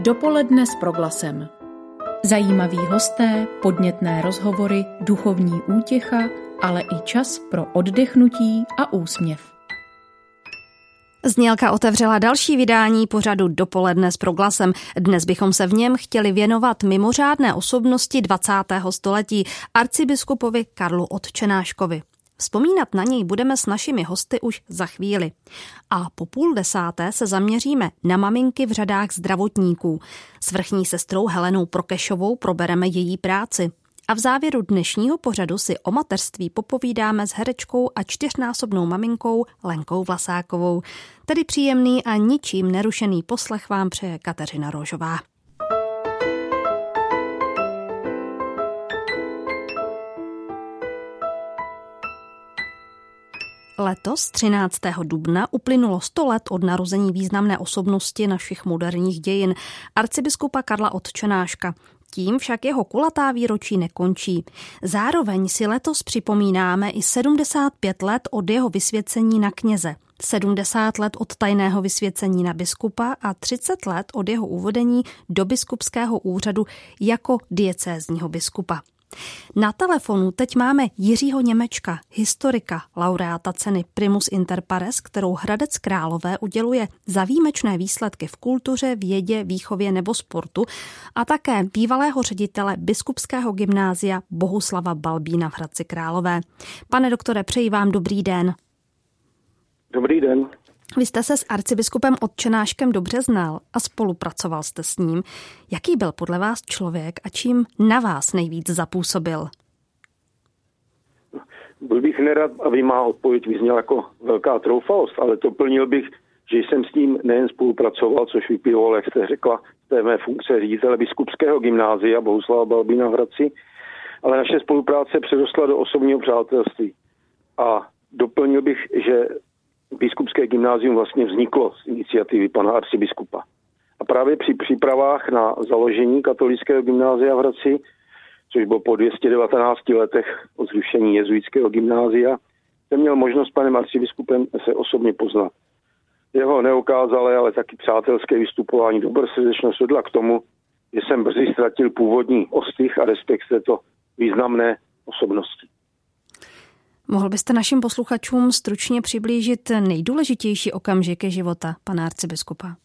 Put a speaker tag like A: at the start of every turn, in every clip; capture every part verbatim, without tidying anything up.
A: Dopoledne s Proglasem. Zajímaví hosté, podnětné rozhovory, duchovní útěcha, ale i čas pro oddechnutí a úsměv.
B: Znělka otevřela další vydání pořadu Dopoledne s Proglasem. Dnes bychom se v něm chtěli věnovat mimořádné osobnosti dvacátého století, arcibiskupovi Karlu Otčenáškovi. Vzpomínat na něj budeme s našimi hosty už za chvíli. A po půl desáté se zaměříme na maminky v řadách zdravotníků. S vrchní sestrou Helenou Prokešovou probereme její práci. A v závěru dnešního pořadu si o mateřství popovídáme s herečkou a čtyřnásobnou maminkou Lenkou Vlasákovou. Tedy příjemný a ničím nerušený poslech vám přeje Kateřina Rožová. Letos, třináctého dubna, uplynulo sto let od narození významné osobnosti našich moderních dějin, arcibiskupa Karla Otčenáška. Tím však jeho kulatá výročí nekončí. Zároveň si letos připomínáme i sedmdesát pět let od jeho vysvěcení na kněze, sedmdesát let od tajného vysvěcení na biskupa a třicet let od jeho uvedení do biskupského úřadu jako diecézního biskupa. Na telefonu teď máme Jiřího Němečka, historika, laureáta ceny Primus Inter pares, kterou Hradec Králové uděluje za výjimečné výsledky v kultuře, vědě, výchově nebo sportu, a také bývalého ředitele biskupského gymnázia Bohuslava Balbína v Hradci Králové. Pane doktore, přeji vám dobrý den.
C: Dobrý den.
B: Vy jste se s arcibiskupem Otčenáškem dobře znal a spolupracoval jste s ním. Jaký byl podle vás člověk a čím na vás nejvíc zapůsobil?
C: Byl bych nerad, aby má odpověď vyzněla jako velká troufalost, ale doplnil bych, že jsem s ním nejen spolupracoval, což vyplývalo, jak jste řekla, z té mé funkce ředitele biskupského gymnázia Bohuslava Balbína v Hradci, ale naše spolupráce přerostla do osobního přátelství. A doplnil bych, že biskupské gymnázium vlastně vzniklo z iniciativy pana arcibiskupa. A právě při přípravách na založení katolického gymnázia v Hradci, což bylo po dvě stě devatenácti letech od zrušení jezuitského gymnázia, jsem měl možnost s panem arcibiskupem se osobně poznat. Jeho neokázalé, ale taky přátelské vystupování, dobrosrdečnost vedla k tomu, že jsem brzy ztratil původní ostych a respekt této významné osobnosti.
B: Mohl byste našim posluchačům stručně přiblížit nejdůležitější okamžiky života pana arcibiskupa?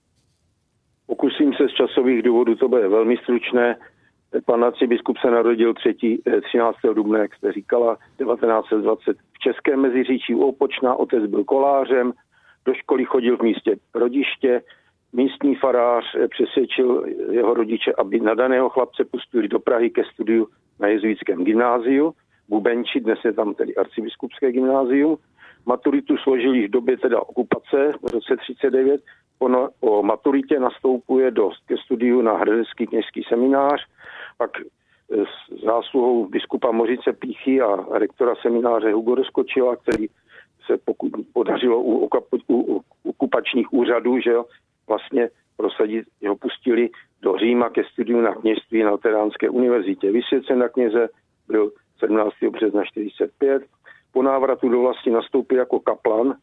C: Pokusím se z časových důvodů, to bude velmi stručné. Pan arcibiskup se narodil třináctého dubna, jak jste říkala, devatenáct set dvacet v Českém Meziříčí u Opočna. Otec byl kolářem, do školy chodil v místě rodiště. Místní farář přesvědčil jeho rodiče, aby nadaného chlapce pustili do Prahy ke studiu na jezuitském gymnáziu. Bubenči, dnes je tam tedy arcibiskupské gymnázium. Maturitu složili v době teda okupace v roce třicet devět. Po, no, po maturitě nastoupuje do, ke studiu na hradecký kněžský seminář, pak s zásluhou biskupa Mořice Píchy a rektora semináře Hugo Rozkočila, který se pokud podařilo u, u, u okupačních úřadů, že jo, vlastně prosadit, že ho pustili do Říma ke studiu na kněžství na Lateránské univerzitě. Vysvěcen na kněze byl sedmnáctého března čtyřicet pět. Po návratu do vlasti nastoupil jako kaplan,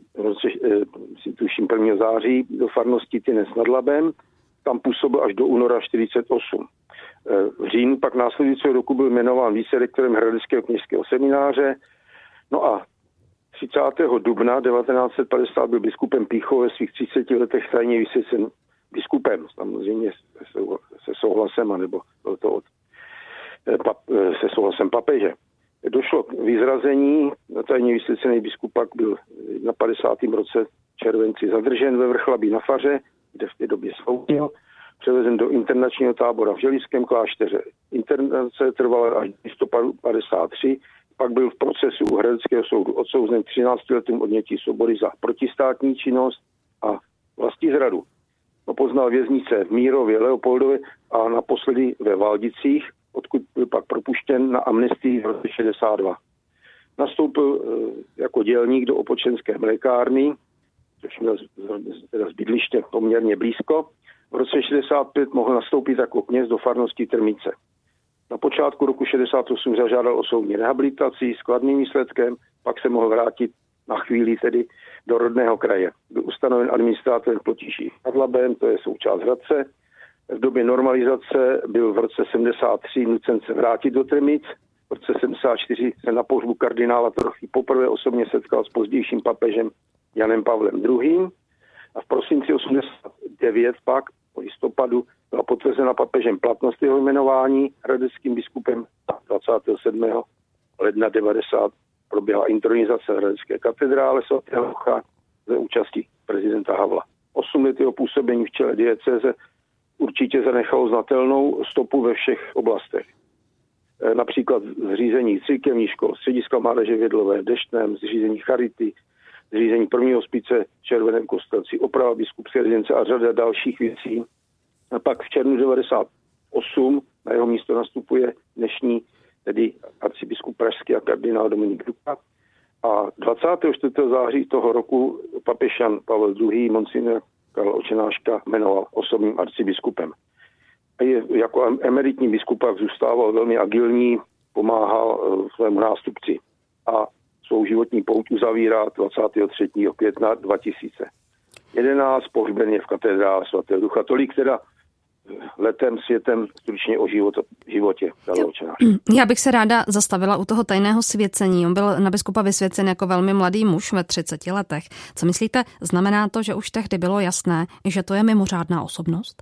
C: si tuším prvního září, do farnosti Tynes nad Labem. Tam působil až do února čtyřicet osm. V říjnu pak následujícího roku byl jmenován vicerektorem Hradeckého kněžského semináře. No a třicátého dubna devatenáct set padesát byl biskupem Píchou, ve svých třiceti letech tajně vysvěcen biskupem, samozřejmě se souhlasem, anebo byl to od se souhlasem papeže. Došlo k vyzrazení, tajně vysvěcený biskup pak byl na padesátém roce červenci zadržen ve Vrchlabí na Faře, kde v té době soudil, převezen do internačního tábora v Želivském klášteře. Internace trvala až do listopadu padesát tři, pak byl v procesu u Hradeckého soudu odsouzen k třinácti letům odnětí svobody za protistátní činnost a vlastizradu. Poznal věznice v Mírově, Leopoldově a naposledy ve Valdicích, odkud byl pak propuštěn na amnestii v roce šedesát dva. Nastoupil jako dělník do opočenské mlékárny, což měl z bydliště poměrně blízko. V roce šedesát pět mohl nastoupit jako kněz do farnosti Trmice. Na počátku roku šedesát osm zažádal o soudní rehabilitaci s kladným výsledkem, pak se mohl vrátit na chvíli tedy do rodného kraje. Byl ustanoven administrátorem Plotiší nad Labem, to je součást Hradce, V době normalizace byl v roce sedmdesát tři nucen se vrátit do Tremic. V roce sedmdesát čtyři se na pohřbu kardinála Trochy poprvé osobně setkal s pozdějším papežem Janem Pavlem druhým. A v prosinci osmdesát devět pak po listopadu byla potvrzena papežem platnost jeho jmenování hradeckým biskupem. dvacátého sedmého ledna devadesát proběhla intronizace v hradecké katedrále svatého Ducha za účastí prezidenta Havla. Osm let jeho působení v čele diecéze určitě zanechalo znatelnou stopu ve všech oblastech. Například zřízení církevních škol, střediska mládeže v Jedlové, v Deštném, zřízení charity, zřízení prvního hospice v Červeném Kostelci, oprava biskupské rezidence a řada dalších věcí. A pak v červnu devadesát osm na jeho místo nastupuje dnešní, tedy arcibiskup pražský a kardinál Dominik Duka. A dvacátého čtvrtého září toho roku papež Jan Pavel druhý monsignor Karla Očenáška jmenoval osobním arcibiskupem. Je, jako emeritní biskup zůstával velmi agilní, pomáhal svému nástupci a svou životní pouť uzavírá dvacátého třetího května dva tisíce jedenáct, pohřben je v katedrále svatého Ducha. Tolik teda letem světem stručně o život, životě Karla Očenáška.
B: Já bych se ráda zastavila u toho tajného svěcení. On byl na biskupa vysvěcen jako velmi mladý muž ve třiceti letech. Co myslíte, znamená to, že už tehdy bylo jasné, že to je mimořádná osobnost?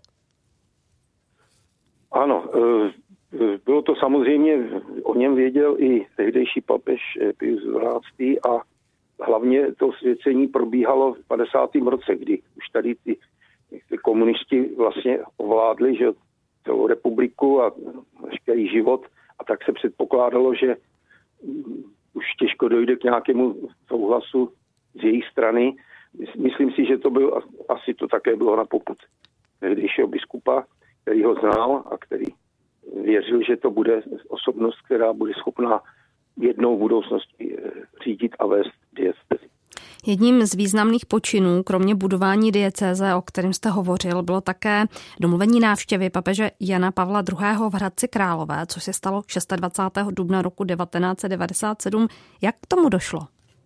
C: Ano, bylo to samozřejmě, o něm věděl i tehdejší papež Pius dvanáctý a hlavně to svěcení probíhalo v padesátém roce, kdy už tady ty, ty komunisti vlastně ovládli, že celou republiku a veškerý život, a tak se předpokládalo, že už těžko dojde k nějakému souhlasu z jejich strany. Myslím si, že to byl, asi to také bylo na popud tehdejšího biskupa, který ho znal a který věřil, že to bude osobnost, která bude schopná jednou v budoucnosti řídit a vést diecézi.
B: Jedním z významných počinů, kromě budování diecéze, o kterém jste hovořil, bylo také domluvení návštěvy papeže Jana Pavla druhého. v Hradci Králové, což se stalo dvacátého šestého dubna roku devatenáct set devadesát sedm. Jak k tomu došlo?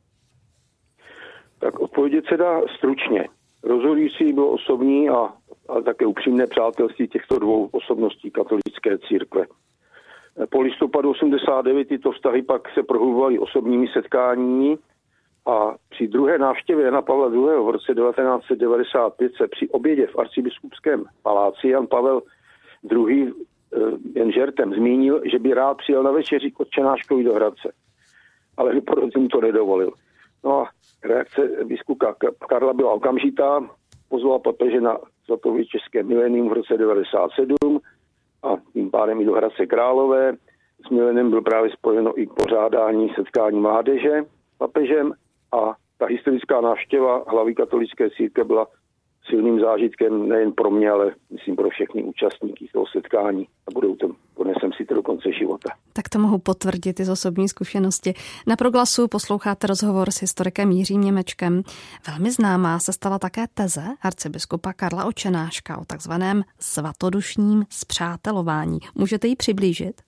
C: Tak odpovědět se dá stručně. Rozhodující bylo osobní a, a také upřímné přátelství těchto dvou osobností katolické církve. Po listopadu osmdesát devět tyto vztahy pak se prohlubovaly osobními setkáními a při druhé návštěvě Jana Pavla druhého. v roce devatenáct set devadesát pět se při obědě v arcibiskupském paláci Jan Pavel druhý. jen žertem zmínil, že by rád přijel na večeři k Očenáškovi do Hradce, ale mu to nedovolil. No a reakce biskupa Karla byla okamžitá, pozval papeže na svatověčeské milénium v roce devadesát sedm a tím pádem i do Hradce Králové. S milénem byl právě spojeno i pořádání setkání mládeže s papežem a ta historická návštěva hlavy katolické církve byla silným zážitkem nejen pro mě, ale myslím pro všechny účastníky toho setkání a budou to, ponesem si to do konce života.
B: Tak to mohu potvrdit i z osobní zkušenosti. Na Proglasu posloucháte rozhovor s historikem Jiřím Němečkem. Velmi známá se stala také teze arcibiskupa Karla Očenáška o takzvaném svatodušním spřátelování. Můžete ji přiblížit?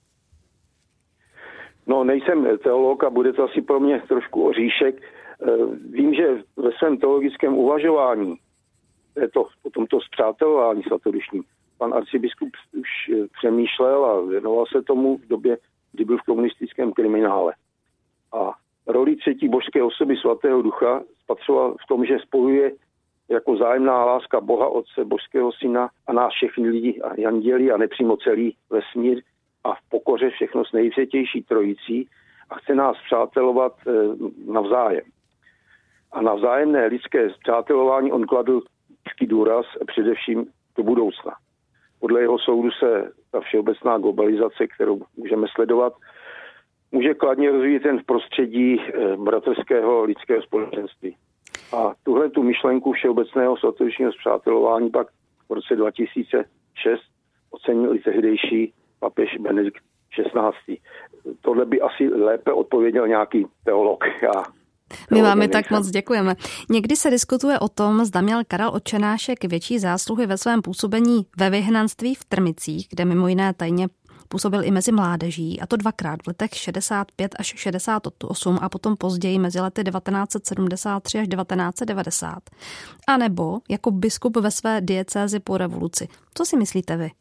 C: No, nejsem teolog a bude to asi pro mě trošku oříšek. Vím, že ve svém teologickém uvažování to, o tomto spřátelování svatodušním pan arcibiskup už přemýšlel a věnoval se tomu v době, kdy byl v komunistickém kriminále. A roli třetí božské osoby svatého Ducha spatřoval v tom, že spojuje jako zájemná láska Boha Otce, božského syna a nás všechny lidi a anděli a nepřímo celý vesmír a v pokoře všechno s nejsvětější trojicí a chce nás spřátelovat navzájem. A na vzájemné lidské spřátelování on kladl důraz především do budoucna. Podle jeho soudu se ta všeobecná globalizace, kterou můžeme sledovat, může kladně rozvíjet jen v prostředí bratrského lidského společenství. A tuhle tu myšlenku všeobecného svatodušního spřátelování pak v roce dva tisíce šest ocenil i tehdejší papež Benedikt šestnáctý. Tohle by asi lépe odpověděl nějaký teolog. Já
B: My vám i tak moc děkujeme. Někdy se diskutuje o tom, zda měl Karel Očenášek větší zásluhy ve svém působení ve vyhnanství v Trmicích, kde mimo jiné tajně Působil i mezi mládeží, a to dvakrát v letech šedesát pět až šedesát osm a potom později mezi lety devatenáct set sedmdesát tři až devatenáct set devadesát. A nebo jako biskup ve své diecézi po revoluci. Co si myslíte vy?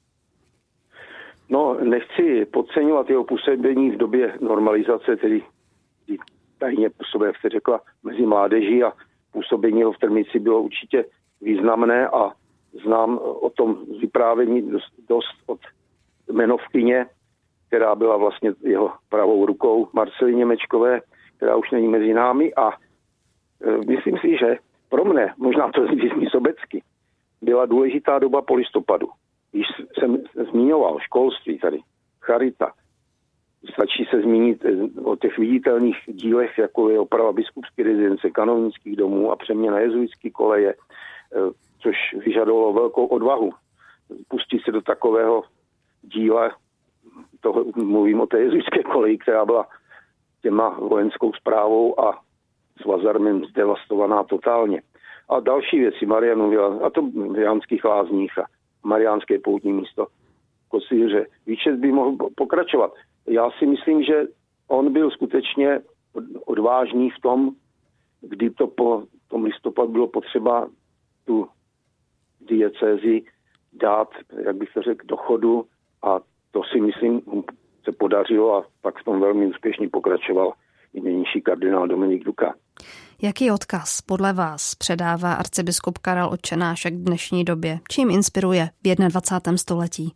C: No, nechci podceňovat jeho působení v době normalizace, tedy tajně působil, jak jste řekla, mezi mládeží, a působení jeho v Trmici bylo určitě významné a znám o tom vyprávění dost, dost od jmenovkyně, která byla vlastně jeho pravou rukou, Marcely Němečkové, která už není mezi námi, a e, myslím si, že pro mne, možná to zní sobecky, byla důležitá doba po listopadu. Když jsem zmiňoval školství tady, charita, stačí se zmínit o těch viditelných dílech, jako je oprava biskupské rezidence, kanovnických domů a přeměna jezuitské koleje, což vyžadovalo velkou odvahu. Pustit se do takového díla, toho, mluvím o té jezuitské koleji, která byla těma vojenskou správou a svazarmem zdevastovaná totálně. A další věci, Maria mluvila, a to v Jánských Lázních a Mariánské poutní místo Kosíře. Výčet by mohl pokračovat. Já si myslím, že on byl skutečně odvážný v tom, kdy to po tom listopadu bylo potřeba tu diecézi dát, jak bych to řekl, do chodu, a to si myslím se podařilo a pak v tom velmi úspěšně pokračoval i nejnižší kardinál Dominik Duka.
B: Jaký odkaz podle vás předává arcibiskup Karel Odčenášek v dnešní době? Čím inspiruje v dvacátém prvním století?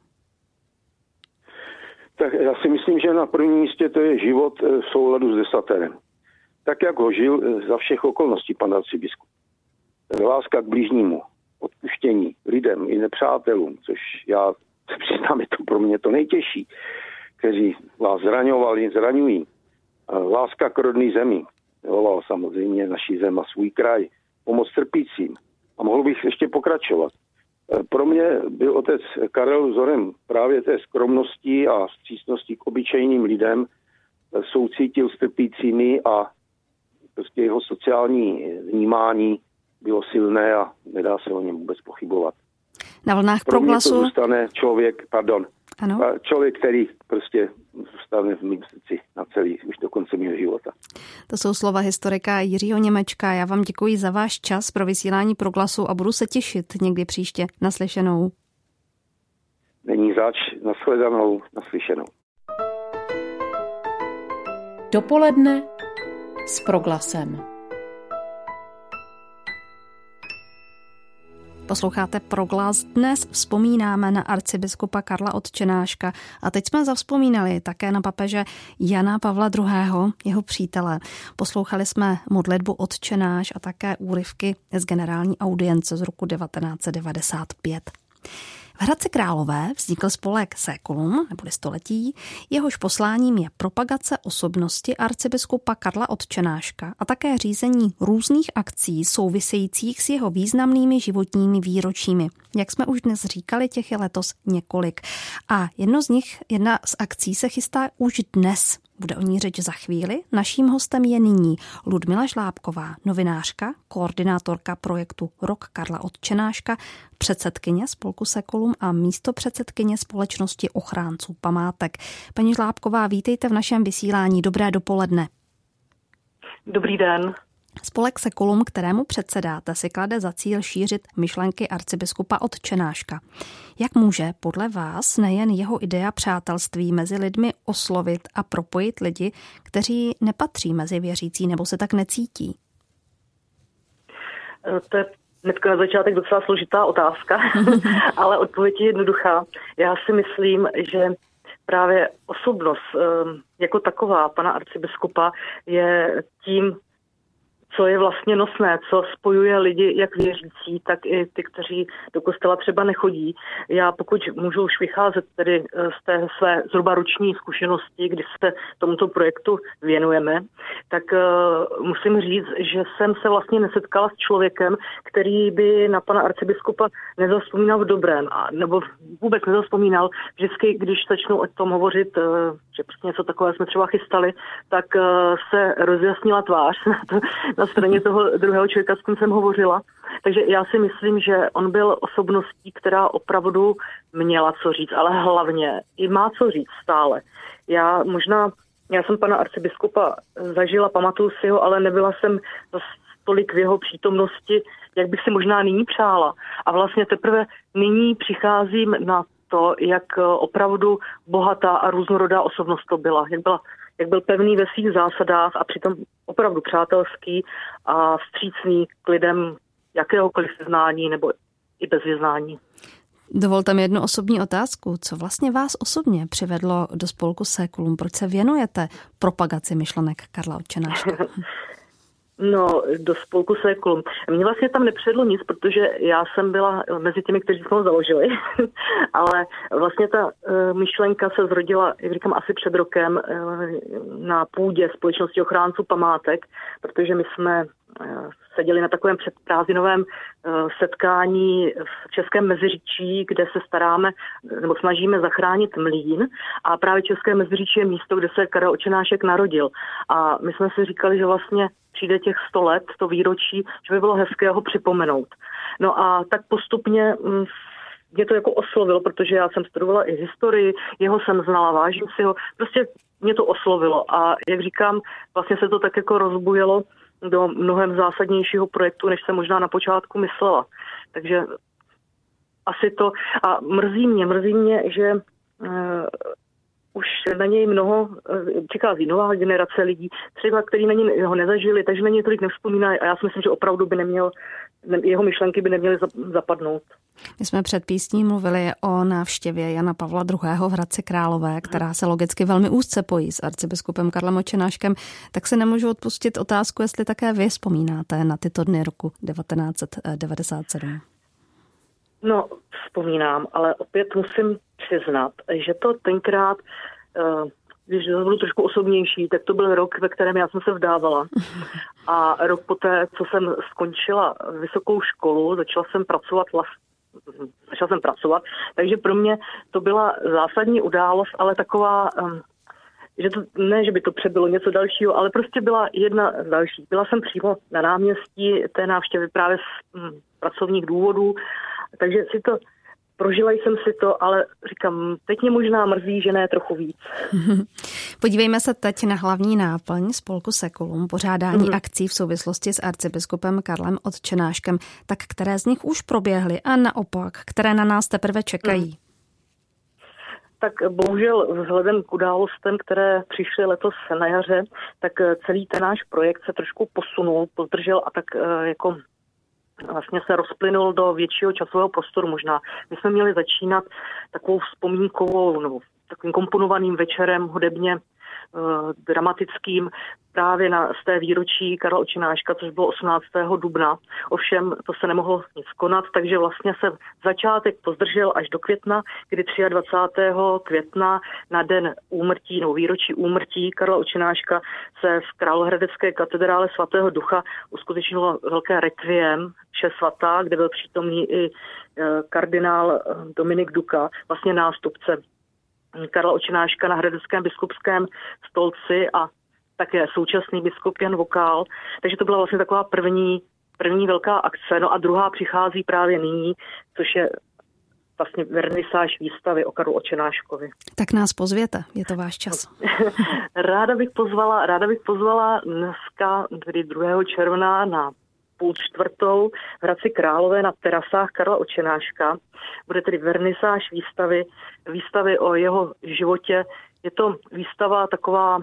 C: Tak já si myslím, že na prvním místě to je život v souladu s desaterem. Tak, jak ho žil za všech okolností pan arcibiskup. Láska k blížnímu, odpuštění lidem i nepřátelům, což já se přiznám, je to pro mě to nejtěžší, kteří vás zraňovali, zraňují. Láska k rodné zemi, miloval samozřejmě naší zem a svůj kraj, pomoc trpícím. A mohl bych ještě pokračovat. Pro mě byl otec Karel vzorem právě té skromnosti a vstřícnosti k obyčejným lidem, soucítil s trpícími a prostě jeho sociální vnímání bylo silné a nedá se o něm vůbec pochybovat.
B: Na vlnách
C: Pro mě
B: Proglasu
C: to zůstane člověk, pardon,
B: ano.
C: člověk, který prostě zůstane v mým srdci na celý, už do konce mého života.
B: To jsou slova historika Jiřího Němečka. Já vám děkuji za váš čas pro vysílání Proglasu a budu se těšit někdy příště. Naslyšenou.
C: Není zač, nashledanou, naslyšenou.
A: Dopoledne s Proglasem.
B: Posloucháte Proglas. Dnes vzpomínáme na arcibiskupa Karla Odčenáška a teď jsme zavzpomínali také na papeže Jana Pavla druhého., jeho přítele. Poslouchali jsme modlitbu Otčenáš a také úryvky z generální audience z roku devatenáct set devadesát pět. V Hradci Králové vznikl spolek Séculum, neboli století, jehož posláním je propagace osobnosti arcibiskupa Karla Odčenáška a také řízení různých akcí souvisejících s jeho významnými životními výročími. Jak jsme už dnes říkali, těch je letos několik. A jedno z nich, jedna z akcí se chystá už dnes. Bude o ní řeč za chvíli. Naším hostem je nyní Ludmila Žlábková, novinářka, koordinátorka projektu Rok Karla Odčenáška, předsedkyně spolku Séculum a místopředsedkyně společnosti ochránců památek. Paní Žlábková, vítejte v našem vysílání. Dobré dopoledne.
D: Dobrý den.
B: Spolek Séculum, kterému předsedáte, si klade za cíl šířit myšlenky arcibiskupa Odčenáška. Jak může podle vás nejen jeho idea přátelství mezi lidmi oslovit a propojit lidi, kteří nepatří mezi věřící nebo se tak necítí?
D: To je hnedka na začátek docela složitá otázka, ale odpověď je jednoduchá. Já si myslím, že právě osobnost jako taková pana arcibiskupa je tím, co je vlastně nosné, co spojuje lidi jak věřící, tak i ty, kteří do kostela třeba nechodí. Já pokud můžu už vycházet tedy z té své zhruba roční zkušenosti, kdy se tomuto projektu věnujeme, tak uh, musím říct, že jsem se vlastně nesetkala s člověkem, který by na pana arcibiskupa nezavzpomínal v dobrém, a, nebo vůbec nezavzpomínal. Vždycky, když začnu o tom hovořit, uh, že prostě něco takové jsme třeba chystali, tak uh, se rozjasnila tvář na, to, na na straně toho druhého člověka, s kým jsem hovořila. Takže já si myslím, že on byl osobností, která opravdu měla co říct, ale hlavně i má co říct stále. Já možná, já jsem pana arcibiskupa zažila, pamatuju si ho, ale nebyla jsem tolik v jeho přítomnosti, jak bych si možná nyní přála. A vlastně teprve nyní přicházím na to, jak opravdu bohatá a různorodá osobnost to byla. Jak, byla, jak byl pevný ve svých zásadách a přitom opravdu přátelský a vstřícný k lidem jakéhokoliv vyznání nebo i bez vyznání.
B: Dovolte mi jednu osobní otázku. Co vlastně vás osobně přivedlo do spolku Séculum? Proč se věnujete propagaci myšlenek Karla Odčenáška?
D: No, do spolku Séculum. Mně vlastně tam nepředlo nic, protože já jsem byla mezi těmi, kteří jsme ho založili, ale vlastně ta uh, myšlenka se zrodila, jak říkám, asi před rokem uh, na půdě Společnosti ochránců památek, protože my jsme uh, seděli na takovém předprázdninovém uh, setkání v Českém Meziříčí, kde se staráme, nebo snažíme zachránit mlýn, a právě České Meziříčí je místo, kde se Karel Odčenášek narodil. A my jsme si říkali, že vlastně přijde těch sto let, to výročí, že by bylo hezké ho připomenout. No a tak postupně mm, mě to jako oslovilo, protože já jsem studovala i historii, jeho jsem znala, vážím si ho, prostě mě to oslovilo a jak říkám, vlastně se to tak jako rozbujelo do mnohem zásadnějšího projektu, než jsem možná na počátku myslela. Takže asi to, a mrzí mě, mrzí mě, že uh, už na něj mnoho, přichází nová generace lidí, třeba, který na něj ho nezažili, takže na něj tolik nevzpomínají a já si myslím, že opravdu by neměl, jeho myšlenky by neměly zapadnout.
B: My jsme před písní mluvili o návštěvě Jana Pavla druhého. v Hradci Králové, která se logicky velmi úzce pojí s arcibiskupem Karlem Odčenáškem, tak se nemůžu odpustit otázku, jestli také vy vzpomínáte na tyto dny roku devatenáct set devadesát sedm.
D: No, vzpomínám, ale opět musím přiznat, že to tenkrát, když to bylo trošku osobnější, tak to byl rok, ve kterém já jsem se vdávala. A rok poté, co jsem skončila vysokou školu, začala jsem pracovat vlastně, začala jsem pracovat, takže pro mě to byla zásadní událost, ale taková, že to, ne, že by to přebylo něco dalšího, ale prostě byla jedna z dalších. Byla jsem přímo na náměstí té návštěvy právě z hm, pracovních důvodů, takže si to, prožila jsem si to, ale říkám, teď mě možná mrzí, že ne trochu víc.
B: Podívejme se teď na hlavní náplň spolku Séculum, pořádání mm. akcí v souvislosti s arcibiskupem Karlem Odčenáškem, tak které z nich už proběhly a naopak, které na nás teprve čekají? Mm.
D: Tak bohužel vzhledem k událostem, které přišly letos na jaře, tak celý ten náš projekt se trošku posunul, pozdržel a tak jako vlastně se rozplynul do většího časového prostoru možná. My jsme měli začínat takovou vzpomínkovou, nebo takovým komponovaným večerem hudebně uh, dramatickým právě na, z té výročí Karla Odčenáška, což bylo osmnáctého dubna. Ovšem to se nemohlo nic konat, takže vlastně se začátek pozdržel až do května, kdy dvacátého třetího května na den úmrtí, nebo výročí úmrtí Karla Odčenáška se v Královéhradecké katedrále svatého Ducha uskutečnilo velké requiem vše svatá, kde byl přítomný i kardinál Dominik Duka, vlastně nástupce Karla Odčenáška na hradeckém biskupském stolci a také současný biskup Jan Vokál. Takže to byla vlastně taková první, první velká akce. No a druhá přichází právě nyní, což je vlastně vernisáž výstavy o Karlu Odčenáškovi.
B: Tak nás pozvěte, je to váš čas.
D: ráda bych pozvala, ráda bych pozvala dneska, tedy druhého června na půl čtvrtou v Hradci Králové na terasách Karla Odčenáška. Bude tedy vernisáž výstavy, výstavy o jeho životě. Je to výstava taková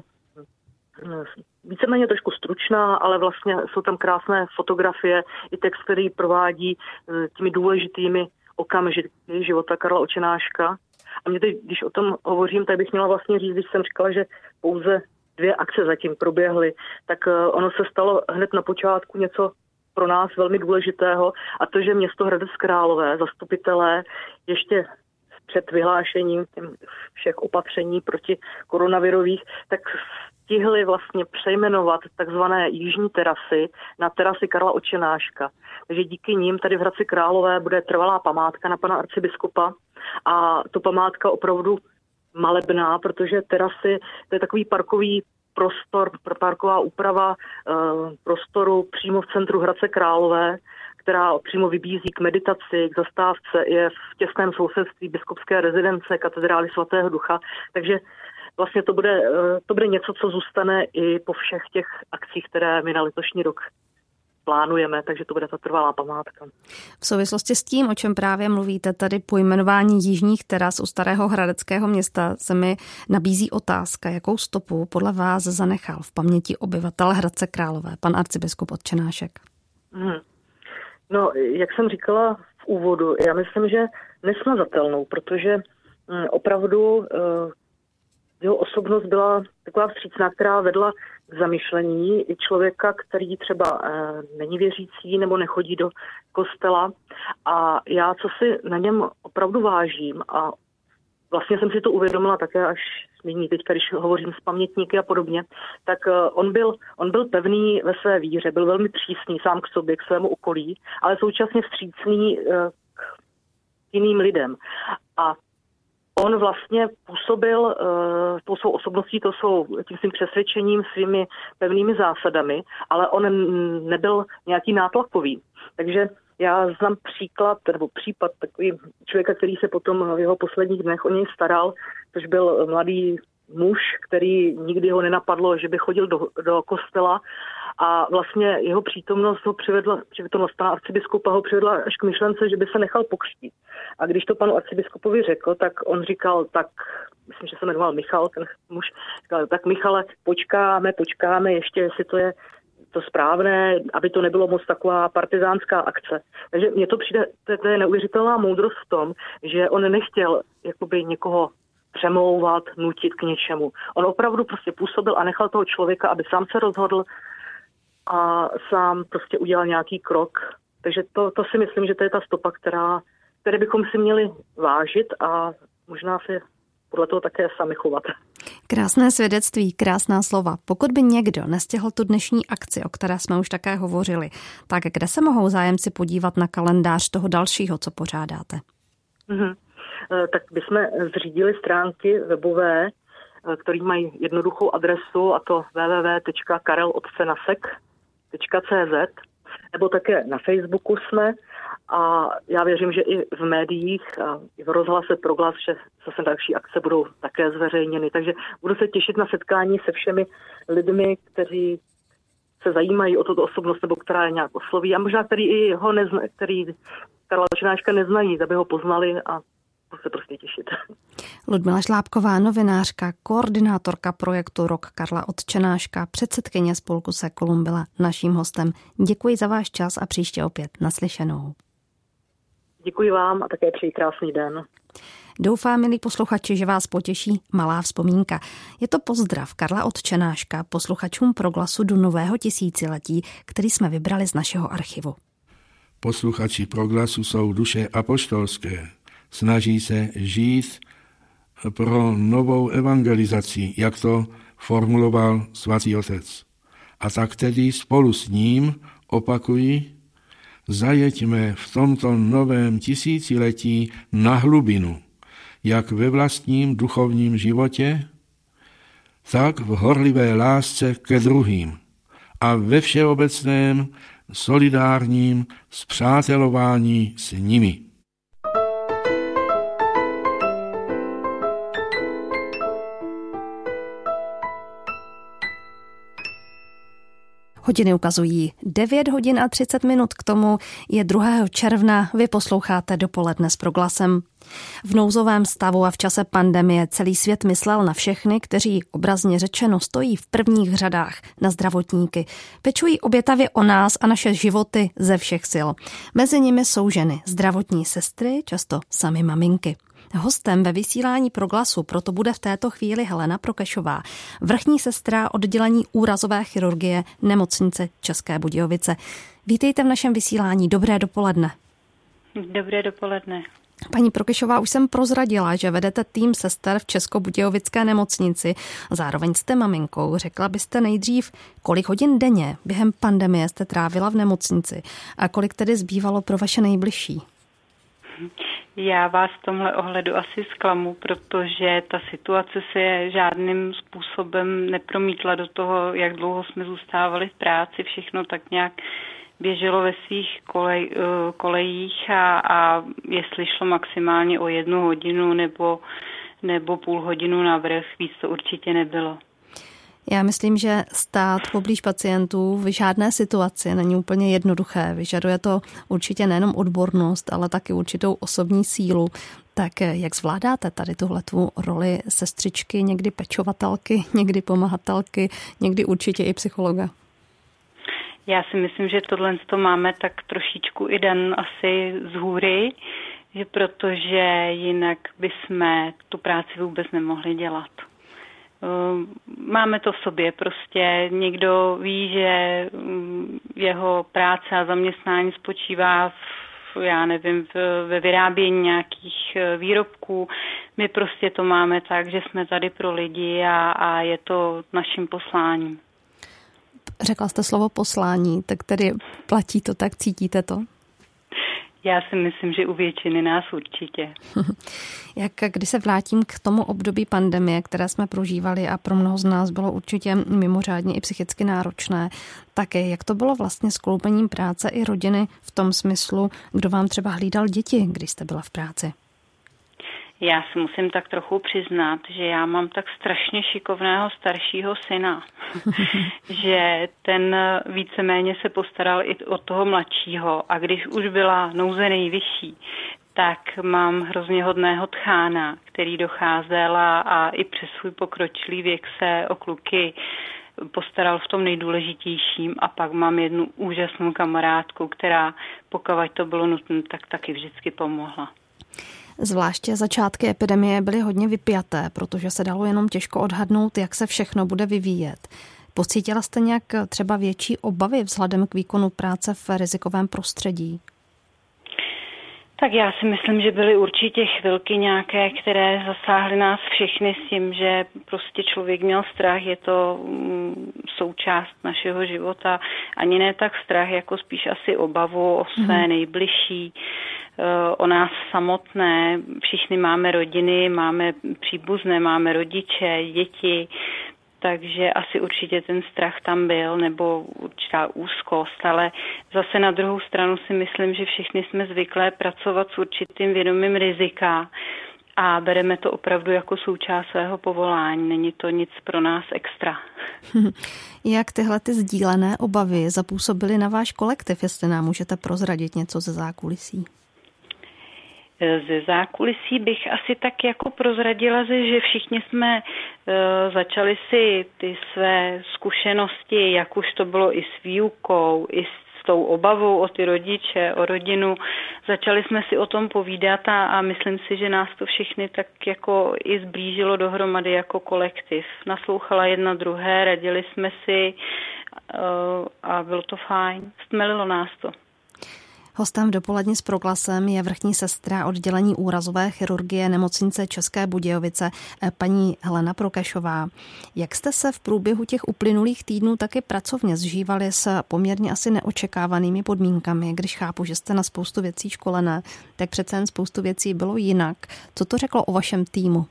D: víceméně trošku stručná, ale vlastně jsou tam krásné fotografie i text, který provádí těmi důležitými okamžiky života Karla Odčenáška. A mě teď, když o tom hovořím, tak bych měla vlastně říct, když jsem říkala, že pouze dvě akce zatím proběhly, tak ono se stalo hned na počátku něco pro nás velmi důležitého, a to, že město Hradec Králové, zastupitelé ještě před vyhlášením všech opatření proti koronavirových, tak stihli vlastně přejmenovat takzvané jižní terasy na terasy Karla Odčenáška. Takže díky nim tady v Hradci Králové bude trvalá památka na pana arcibiskupa a to památka opravdu malebná, protože terasy, to je takový parkový prostor, parková úprava prostoru přímo v centru Hradce Králové, která přímo vybízí k meditaci, k zastávce, je v těsném sousedství biskupské rezidence katedrály svatého Ducha. Takže vlastně to bude, to bude něco, co zůstane i po všech těch akcích, které my na letošní rok plánujeme, takže to bude ta trvalá památka.
B: V souvislosti s tím, o čem právě mluvíte, tady pojmenování jižních teras u Starého hradeckého města, se mi nabízí otázka, jakou stopu podle vás zanechal v paměti obyvatel Hradce Králové, pan arcibiskup od Čenášek.
D: Hmm. No, jak jsem říkala v úvodu, já myslím, že nesmazatelnou, protože hm, opravdu uh, jeho osobnost byla taková vstřícná, která vedla k zamyšlení i člověka, který třeba e, není věřící nebo nechodí do kostela. A já, co si na něm opravdu vážím, a vlastně jsem si to uvědomila také až nyní, teď, když hovořím s pamětníky a podobně, tak e, on, byl, on byl pevný ve své víře, byl velmi přísný sám k sobě, k svému okolí, ale současně vstřícný e, k jiným lidem. A on vlastně působil uh, tou svou osobností, to svou, tím svým přesvědčením, svými pevnými zásadami, ale on nebyl nějaký nátlakový. Takže já znám příklad, nebo případ takový člověka, který se potom v jeho posledních dnech o něj staral, což byl mladý muž, který nikdy ho nenapadlo, že by chodil do, do kostela, a vlastně jeho přítomnost ho přivedla, přítomnost pana arcibiskupa ho přivedla až k myšlence, že by se nechal pokřtít. A když to panu arcibiskupovi řekl, tak on říkal, tak, myslím, že se jmenoval Michal, ten muž, říkal, tak Michale, počkáme, počkáme, ještě jestli to je to správné, aby to nebylo moc taková partizánská akce. Takže mně to přijde, to je neuvěřitelná moudrost v tom, že on nechtěl jakoby někoho přemlouvat, nutit k něčemu. On opravdu prostě působil a nechal toho člověka, aby sám se rozhodl a sám prostě udělal nějaký krok. Takže to, to si myslím, že to je ta stopa, která, které bychom si měli vážit a možná si podle toho také sami chovat.
B: Krásné svědectví, krásná slova. Pokud by někdo nestihl tu dnešní akci, o které jsme už také hovořili, tak kde se mohou zájemci podívat na kalendář toho dalšího, co pořádáte?
D: Mm-hmm. Tak bychom zřídili stránky webové, které mají jednoduchou adresu, a to w w w tečka karel otcenasek tečka c z, nebo také na Facebooku jsme, a já věřím, že i v médiích a i v rozhlase Proglas, že zase další akce budou také zveřejněny. Takže budu se těšit na setkání se všemi lidmi, kteří se zajímají o tuto osobnost, nebo která je nějak osloví, a možná který i ho nezna, který Karla Čenáška neznají, aby ho poznali, a se prostě těšit.
B: Ludmila Žlábková, novinářka, koordinátorka projektu Rok Karla od Čenáška, předsedkyně spolku Seculum, byla naším hostem. Děkuji za váš čas a příště opět naslyšenou.
D: Děkuji vám a také přeji krásný den.
B: Doufám, milí posluchači, že vás potěší malá vzpomínka. Je to pozdrav Karla od Čenáška posluchačům Proglasu do nového tisíciletí, který jsme vybrali z našeho archivu.
E: Posluchači Proglasu jsou duše apoštolské. Snaží se žít pro novou evangelizaci, jak to formuloval svatý otec. A tak tedy spolu s ním opakují, zajeďme v tomto novém tisíciletí na hlubinu, jak ve vlastním duchovním životě, tak v horlivé lásce ke druhým a ve všeobecném solidárním spřátelování s nimi.
B: Hodiny ukazují devět hodin a třicet minut, k tomu je druhého června, vy posloucháte Dopoledne s Proglasem. V nouzovém stavu a v čase pandemie celý svět myslel na všechny, kteří obrazně řečeno stojí v prvních řadách, na zdravotníky. Pečují obětavě o nás a naše životy ze všech sil. Mezi nimi jsou ženy, zdravotní sestry, často sami maminky. Hostem ve vysílání Proglasu proto bude v této chvíli Helena Prokešová, vrchní sestra oddělení úrazové chirurgie Nemocnice České Budějovice. Vítejte v našem vysílání. Dobré dopoledne.
F: Dobré dopoledne.
B: Paní Prokešová, už jsem prozradila, že vedete tým sester v Českobudějovické nemocnici. Zároveň jste maminkou. Řekla byste nejdřív, kolik hodin denně během pandemie jste trávila v nemocnici a kolik tedy zbývalo pro vaše nejbližší?
F: Já vás v tomhle ohledu asi zklamu, protože ta situace se žádným způsobem nepromítla do toho, jak dlouho jsme zůstávali v práci. Všechno tak nějak běželo ve svých kolej, kolejích a, a jestli šlo maximálně o jednu hodinu nebo, nebo půl hodinu navrch, víc to určitě nebylo.
B: Já myslím, že stát poblíž pacientů v žádné situaci není úplně jednoduché. Vyžaduje to určitě nejenom odbornost, ale taky určitou osobní sílu. Tak jak zvládáte tady tuhletu roli sestřičky, někdy pečovatelky, někdy pomahatelky, někdy určitě i psychologa?
F: Já si myslím, že tohle to máme tak trošičku i den asi z hůry, že protože jinak bychom tu práci vůbec nemohli dělat. Máme to v sobě, prostě někdo ví, že jeho práce a zaměstnání spočívá v, já nevím, ve vyrábění nějakých výrobků. My prostě to máme tak, že jsme tady pro lidi a, a je to naším posláním.
B: Řekla jste slovo poslání, tak tedy platí to tak, cítíte to?
F: Já si myslím, že u většiny nás určitě.
B: Jak když se vrátím k tomu období pandemie, které jsme prožívali a pro mnoho z nás bylo určitě mimořádně i psychicky náročné, tak jak to bylo vlastně s kloubením práce i rodiny v tom smyslu, kdo vám třeba hlídal děti, když jste byla v práci?
F: Já si musím tak trochu přiznat, že já mám tak strašně šikovného staršího syna, že ten víceméně se postaral i o toho mladšího a když už byla nouze nejvyšší, tak mám hrozně hodného tchána, který docházel a, a i přes svůj pokročilý věk se o kluky postaral v tom nejdůležitějším a pak mám jednu úžasnou kamarádku, která pokud to bylo nutné, tak taky vždycky pomohla.
B: Zvláště začátky epidemie byly hodně vypjaté, protože se dalo jenom těžko odhadnout, jak se všechno bude vyvíjet. Pocítila jste nějak třeba větší obavy vzhledem k výkonu práce v rizikovém prostředí?
F: Tak já si myslím, že byly určitě chvilky nějaké, které zasáhly nás všechny s tím, že prostě člověk měl strach, je to součást našeho života. Ani ne tak strach, jako spíš asi obavu o své nejbližší, o nás samotné. Všichni máme rodiny, máme příbuzné, máme rodiče, děti, takže asi určitě ten strach tam byl, nebo určitá úzkost, ale zase na druhou stranu si myslím, že všichni jsme zvyklé pracovat s určitým vědomím rizika a bereme to opravdu jako součást svého povolání. Není to nic pro nás extra.
B: Jak tyhle ty sdílené obavy zapůsobily na váš kolektiv, jestli nám můžete prozradit něco ze zákulisí?
F: Ze zákulisí bych asi tak jako prozradila, že všichni jsme uh, začali si ty své zkušenosti, jak už to bylo i s výukou, i s tou obavou o ty rodiče, o rodinu, začali jsme si o tom povídat a, a myslím si, že nás to všechny tak jako i zblížilo dohromady jako kolektiv. Naslouchala jedna druhé, radili jsme si uh, a bylo to fajn, stmelilo nás to.
B: Hostem v Dopoledni s Proglasem je vrchní sestra oddělení úrazové chirurgie nemocnice České Budějovice, paní Helena Prokešová. Jak jste se v průběhu těch uplynulých týdnů taky pracovně zžívali s poměrně asi neočekávanými podmínkami? Když chápu, že jste na spoustu věcí školené, tak přece jen spoustu věcí bylo jinak. Co to řeklo o vašem týmu?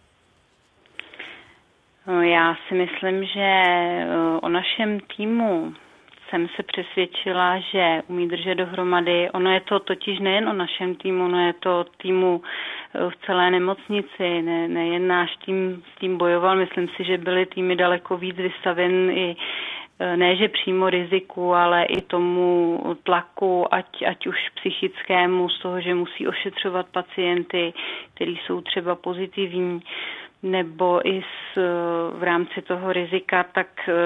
F: Já si myslím, že o našem týmu jsem se přesvědčila, že umí držet dohromady. Ono je to totiž nejen o našem týmu, ono je to týmu v celé nemocnici, ne, nejen náš tým s tím bojoval. Myslím si, že byly týmy daleko víc vystaven i ne, že přímo riziku, ale i tomu tlaku, ať, ať už psychickému, z toho, že musí ošetřovat pacienty, kteří jsou třeba pozitivní, nebo i s, v rámci toho rizika, tak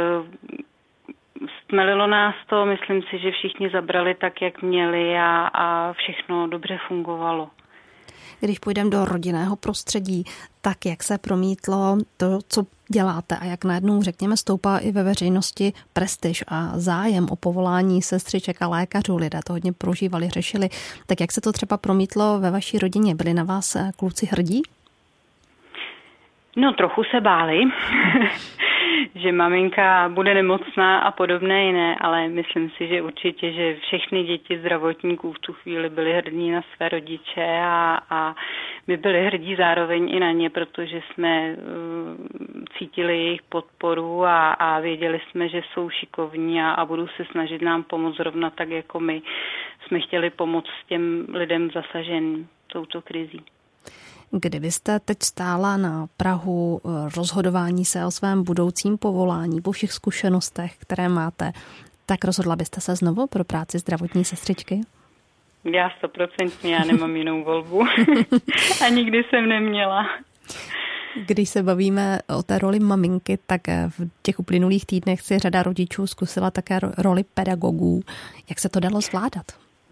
F: stmelilo nás to, myslím si, že všichni zabrali tak, jak měli a, a všechno dobře fungovalo.
B: Když půjdeme do rodinného prostředí, tak jak se promítlo to, co děláte a jak najednou, řekněme, stoupá i ve veřejnosti prestiž a zájem o povolání sestřiček a lékařů, lidé to hodně prožívali, řešili, tak jak se to třeba promítlo ve vaší rodině? Byli na vás kluci hrdí?
F: No, trochu se báli. že maminka bude nemocná a podobné jiné, ale myslím si, že určitě, že všechny děti zdravotníků v tu chvíli byly hrdí na své rodiče a, a my byli hrdí zároveň i na ně, protože jsme uh, cítili jejich podporu a, a věděli jsme, že jsou šikovní a, a budou se snažit nám pomoct zrovna tak, jako my jsme chtěli pomoct těm lidem zasaženým touto krizí.
B: Kdybyste teď stála na prahu rozhodování se o svém budoucím povolání po všech zkušenostech, které máte, tak rozhodla byste se znovu pro práci zdravotní sestřičky?
F: Já stoprocentně, já nemám jinou volbu. A nikdy jsem neměla.
B: Když se bavíme o té roli maminky, tak v těch uplynulých týdnech si řada rodičů zkusila také roli pedagogů. Jak se to dalo zvládat?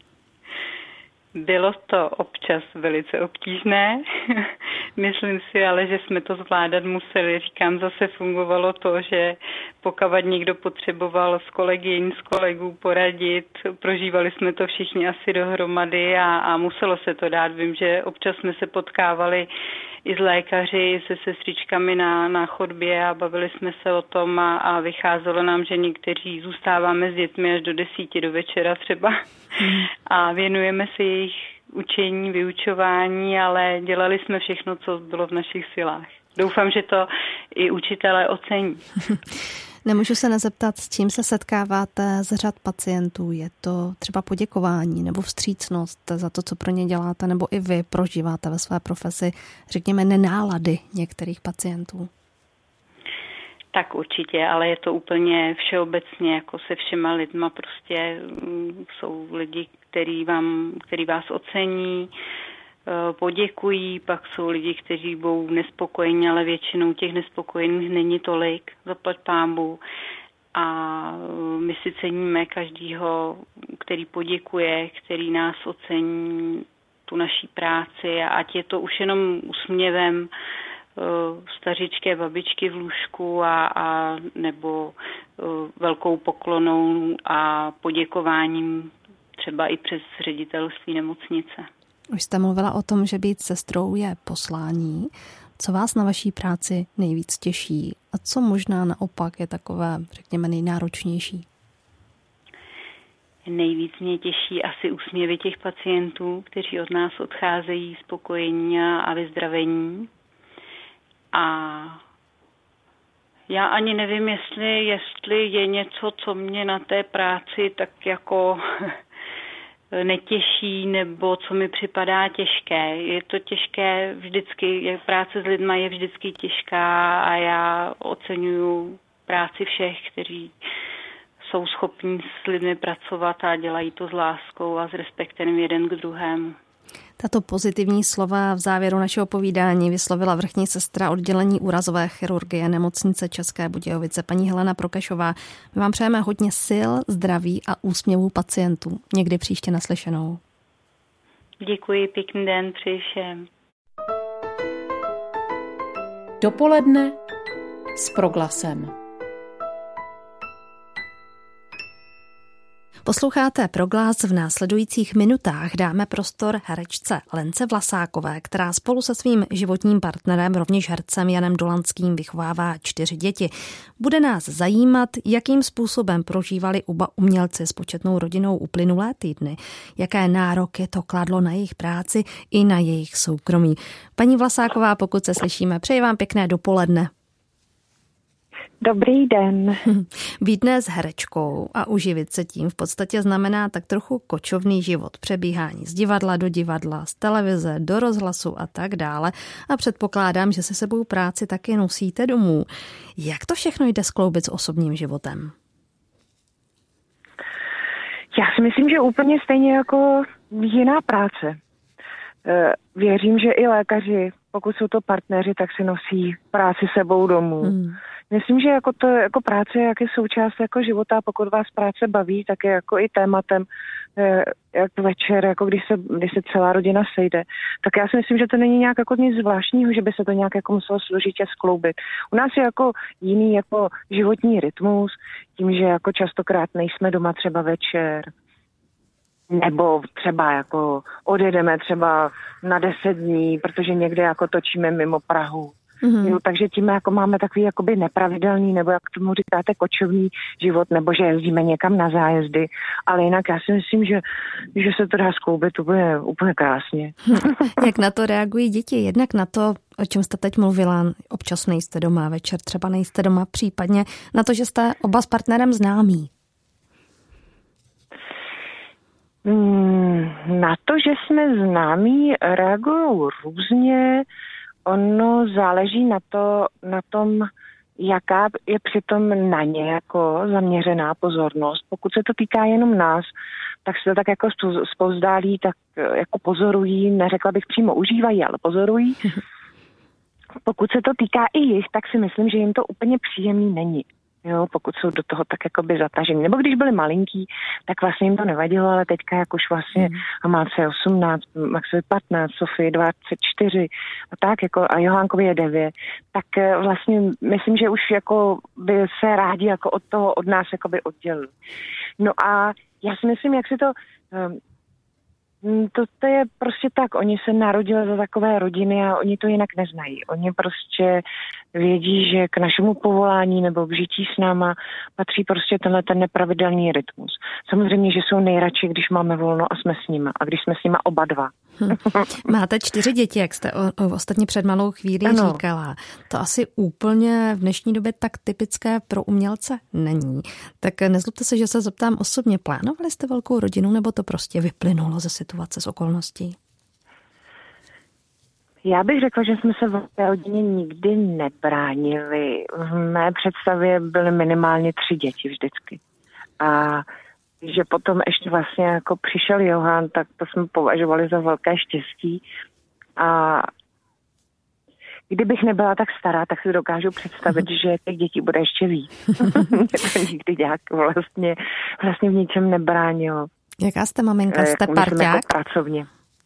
F: Bylo to občas velice obtížné. Myslím si ale, že jsme to zvládat museli. Říkám, zase fungovalo to, že pokud někdo potřeboval s kolegyň, s kolegů poradit, prožívali jsme to všichni asi dohromady a, a muselo se to dát. Vím, že občas jsme se potkávali i s lékaři, se sestřičkami na, na chodbě a bavili jsme se o tom a, a vycházelo nám, že někteří zůstáváme s dětmi až do desíti do večera třeba hmm. a věnujeme se jejich učení, vyučování, ale dělali jsme všechno, co bylo v našich silách. Doufám, že to i učitelé ocení.
B: Nemůžu se nezeptat, s čím se setkáváte z řad pacientů. Je to třeba poděkování nebo vstřícnost za to, co pro ně děláte, nebo i vy prožíváte ve své profesi, řekněme, nenálady některých pacientů?
F: Tak určitě, ale je to úplně všeobecně, jako se všema lidma. Prostě jsou lidi, který, vám, který vás ocení, poděkují, pak jsou lidi, kteří budou nespokojení, ale většinou těch nespokojených není tolik, zaplať pánbůh. A my si ceníme každýho, který poděkuje, který nás ocení tu naší práci, a ať je to už jenom úsměvem stařičké babičky v lůžku a, a nebo velkou poklonou a poděkováním třeba i přes ředitelství nemocnice.
B: Už jste mluvila o tom, že být sestrou je poslání. Co vás na vaší práci nejvíc těší a co možná naopak je takové, řekněme, nejnáročnější?
F: Nejvíc mě těší asi úsměvy těch pacientů, kteří od nás odcházejí spokojení a vyzdravení. A já ani nevím, jestli, jestli je něco, co mě na té práci tak jako netěší, nebo co mi připadá těžké. Je to těžké vždycky, práce s lidma je vždycky těžká a já oceňuju práci všech, kteří jsou schopní s lidmi pracovat a dělají to s láskou a s respektem jeden k druhému.
B: Tato pozitivní slova v závěru našeho povídání vyslovila vrchní sestra oddělení úrazové chirurgie nemocnice České Budějovice, paní Helena Prokešová. My vám přejeme hodně sil, zdraví a úsměvů pacientů. Někdy příště naslyšenou.
F: Děkuji, pěkný den, přeji všem.
A: Dopoledne s Proglasem.
B: Posloucháte Proglas. V následujících minutách dáme prostor herečce Lence Vlasákové, která spolu se svým životním partnerem, rovněž hercem Janem Dolanským, vychovává čtyři děti. Bude nás zajímat, jakým způsobem prožívali oba umělci s početnou rodinou uplynulé týdny, jaké nároky to kladlo na jejich práci i na jejich soukromí. Paní Vlasáková, pokud se slyšíme, přeji vám pěkné dopoledne.
G: Dobrý den.
B: Být dnes herečkou a uživit se tím v podstatě znamená tak trochu kočovný život. Přebíhání z divadla do divadla, z televize do rozhlasu a tak dále. A předpokládám, že se sebou práci taky nosíte domů. Jak to všechno jde skloubit s osobním životem?
G: Já si myslím, že úplně stejně jako jiná práce. Věřím, že i lékaři, pokud jsou to partneři, tak si nosí práci sebou domů. Hmm. Myslím, že jako to jako práce jak je součást jako života, a pokud vás práce baví, tak je jako i tématem, jak večer, jako když se, když se celá rodina sejde. Tak já si myslím, že to není nějak jako nic zvláštního, že by se to nějak jako muselo složitě skloubit. U nás je jako jiný jako životní rytmus, tím, že jako častokrát nejsme doma třeba večer, nebo třeba jako odjedeme třeba na deset dní, protože někde jako točíme mimo Prahu. Mm-hmm. Jo, takže tím jako máme takový jakoby nepravidelný, nebo jak tomu říkáte, kočovný život, nebo že jezdíme někam na zájezdy, ale jinak já si myslím, že, že se to dá skloubit úplně, úplně krásně.
B: Jak na to reagují děti? Jednak na to, o čem jste teď mluvila, občas nejste doma, večer třeba nejste doma, případně na to, že jste oba s partnerem známí.
G: Na to, že jsme známí, reagují různě. Ono záleží na, to, na tom, jaká je přitom na ně jako zaměřená pozornost. Pokud se to týká jenom nás, tak se to tak jako zpovzdálí, tak jako pozorují, neřekla bych přímo užívají, ale pozorují. Pokud se to týká i jich, tak si myslím, že jim to úplně příjemný není. Jo, pokud jsou do toho tak jakoby zatažení. Nebo když byli malinký, tak vlastně jim to nevadilo, ale teďka jak už vlastně mm. Máce osmnáct, Maxovi patnáct, Sofii dvacet čtyři a tak jako a Johánkovi je devět, tak vlastně myslím, že už jako by se rádi jako od toho od nás jakoby oddělili. No a já si myslím, jak si to To, to je prostě tak, oni se narodili do takové rodiny a oni to jinak neznají. Oni prostě vědí, že k našemu povolání nebo k žití s náma patří prostě tenhle ten nepravidelný rytmus. Samozřejmě, že jsou nejradši, když máme volno a jsme s nima. A když jsme s nima oba dva.
B: Hm. Máte čtyři děti, jak jste o, o, ostatně před malou chvíli ano. říkala. To asi úplně v dnešní době tak typické pro umělce není. Tak nezlobte se, že se zeptám osobně. Plánovali jste velkou rodinu nebo to prostě vyplynulo ze situace, z okolností?
G: Já bych řekla, že jsme se v té rodině nikdy nebránili. V mé představě byly minimálně tři děti vždycky. A že potom ještě vlastně jako přišel Johan, tak to jsme považovali za velké štěstí. A kdybych nebyla tak stará, tak si dokážu představit, že těch dětí bude ještě víc. to nikdy nějak vlastně, vlastně v ničem nebránilo.
B: Jaká jste maminka? Jste jako, parťák?
G: Jako pracovně.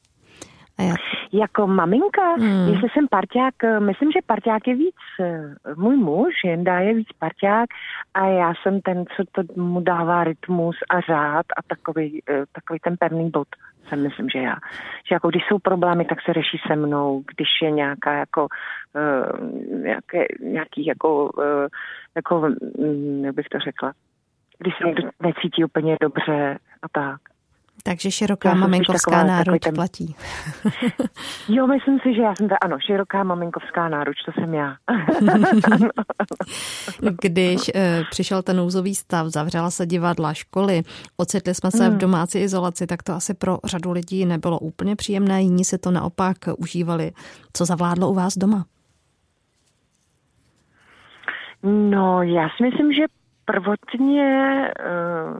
G: Jako maminka, hmm. jestli jsem parťák, myslím, že parťák je víc můj muž, Jenda je víc parťák a já jsem ten, co to mu dává rytmus a řád a takový, takový ten pevný bod, jsem myslím, že já. Že jako když jsou problémy, tak se řeší se mnou, když je nějaká jako uh, nějaké, nějaký jako, uh, jako, jak bych to řekla, když se někdo necítí úplně dobře a tak.
B: Takže široká maminkovská náruč ten... platí.
G: Jo, myslím si, že já jsem ta, ano, široká maminkovská náruč, to jsem já.
B: Když e, přišel ten nouzový stav, zavřela se divadla, školy, ocitli jsme se hmm. v domácí izolaci, tak to asi pro řadu lidí nebylo úplně příjemné, jiní si to naopak užívali. Co zavládlo u vás doma?
G: No, já si myslím, že prvotně... Uh...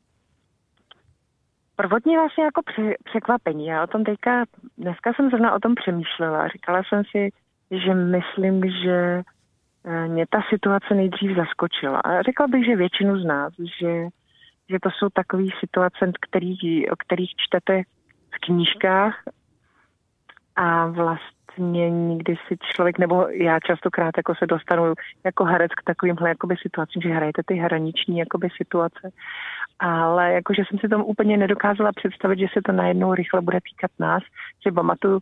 G: Prvotně vlastně jako překvapení. Já o tom teďka, dneska jsem zrovna o tom přemýšlela. Říkala jsem si, že myslím, že mě ta situace nejdřív zaskočila. A řekla bych, že většinu z nás, že, že to jsou takové situace, který, o kterých čtete v knížkách a vlastně nikdy si člověk, nebo já častokrát jako se dostanu jako herec k takovýmhle jakoby situacím, že hrajete ty hraniční jakoby situace. Ale jakože jsem si tomu úplně nedokázala představit, že se to najednou rychle bude týkat nás. Že pamatuju,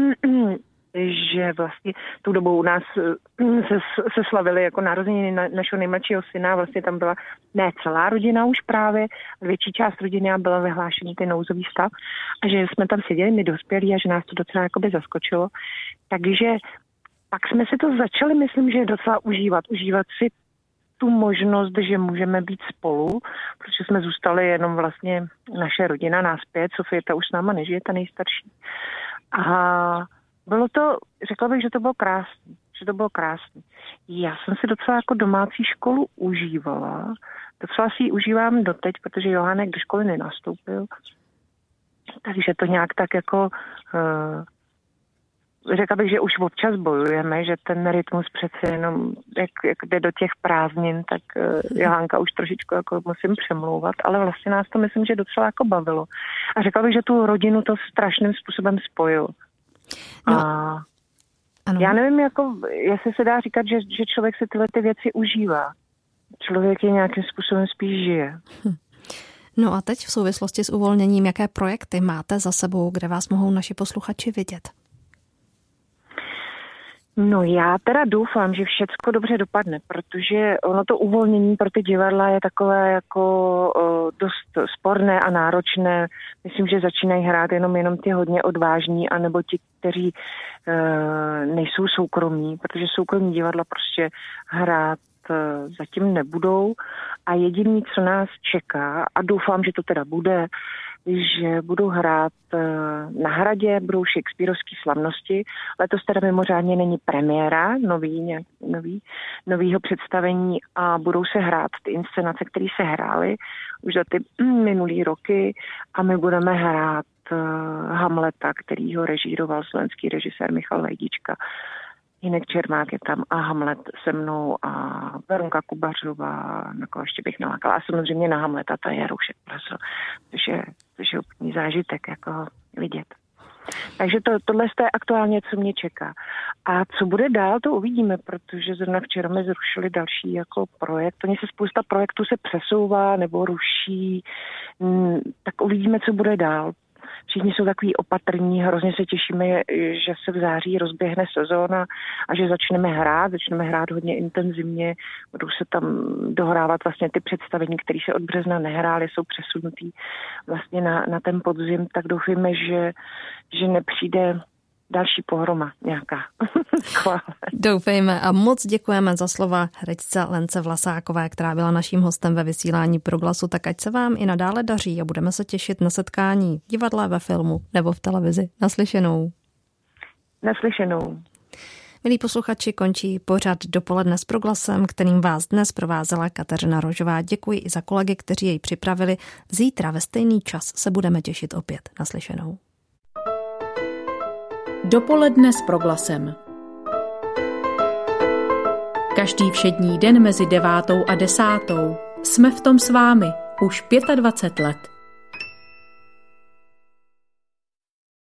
G: že vlastně tou dobou u nás se, se slavili jako narozeniny na, našeho nejmladšího syna. Vlastně tam byla ne celá rodina už právě, větší část rodiny byla vyhlášený ten nouzový stav. A že jsme tam seděli, my dospělí, a že nás to docela jakoby zaskočilo. Takže pak jsme si to začali, myslím, že docela užívat. Užívat si tu možnost, že můžeme být spolu, protože jsme zůstali jenom vlastně naše rodina, nás pět, Sofie ta už s náma nežije, ta nejstarší. A bylo to, řekla bych, že to bylo krásné, že to bylo krásné. Já jsem si docela jako domácí školu užívala, docela si ji užívám doteď, protože Johánek do školy nenastoupil, takže to nějak tak jako... Uh, Řekla bych, že už občas bojujeme, že ten rytmus přece jenom, jak, jak jde do těch prázdnin, tak uh, Johánka už trošičku jako musím přemlouvat, ale vlastně nás to myslím, že docela jako bavilo. A řekla bych, že tu rodinu to strašným způsobem spojilo. No, a ano. Já nevím, jako, jestli se dá říkat, že, že člověk si tyhle ty věci užívá. Člověk je nějakým způsobem spíš žije.
B: Hm. No a teď v souvislosti s uvolněním, jaké projekty máte za sebou, kde vás mohou naši posluchači vidět?
G: No já teda doufám, že všecko dobře dopadne, protože ono to uvolnění pro ty divadla je takové jako o, dost sporné a náročné. Myslím, že začínají hrát jenom jenom ty hodně odvážní, anebo ti, kteří e, nejsou soukromí, protože soukromí divadla prostě hrát e, zatím nebudou. A jediný, co nás čeká, a doufám, že to teda bude, že budou hrát na Hradě, budou Shakespearovské slavnosti. Letos teda mimořádně není premiéra nový, nějak, nový, novýho představení a budou se hrát ty inscenace, které se hrály už za ty minulý roky a my budeme hrát Hamleta, který ho režíroval slovenský režisér Michal Vejdička. Hinek Čermák je tam a Hamlet se mnou a Veronka Kubařová, na koho ještě bych nalákala. A samozřejmě na Hamleta, ta je Roušek Pleso, což je, což je úplný zážitek, jako ho vidět. Takže to, tohle je aktuálně, co mě čeká. A co bude dál, to uvidíme, protože zrovna včera mi zrušili další jako projekt. Oni se spousta projektů se přesouvá nebo ruší, tak uvidíme, co bude dál. Všichni jsou takový opatrní, hrozně se těšíme, že se v září rozběhne sezóna a že začneme hrát, začneme hrát hodně intenzivně, budou se tam dohrávat vlastně ty představení, které se od března nehrály, jsou přesunutý vlastně na, na ten podzim, tak doufíme, že, že nepřijde další pohroma nějaká.
B: Doufejme a moc děkujeme za slova herečce Lence Vlasákové, která byla naším hostem ve vysílání Proglasu, tak ať se vám i nadále daří a budeme se těšit na setkání v divadle, ve filmu nebo v televizi. Naslyšenou.
G: Naslyšenou.
B: Milí posluchači, končí pořad Dopoledne s Proglasem, kterým vás dnes provázela Kateřina Rožová. Děkuji i za kolegy, kteří jej připravili. Zítra ve stejný čas se budeme těšit opět. Naslyšenou.
A: Dopoledne s Proglasem. Každý všední den mezi devátou a desátou jsme v tom s vámi už dvacet pět let.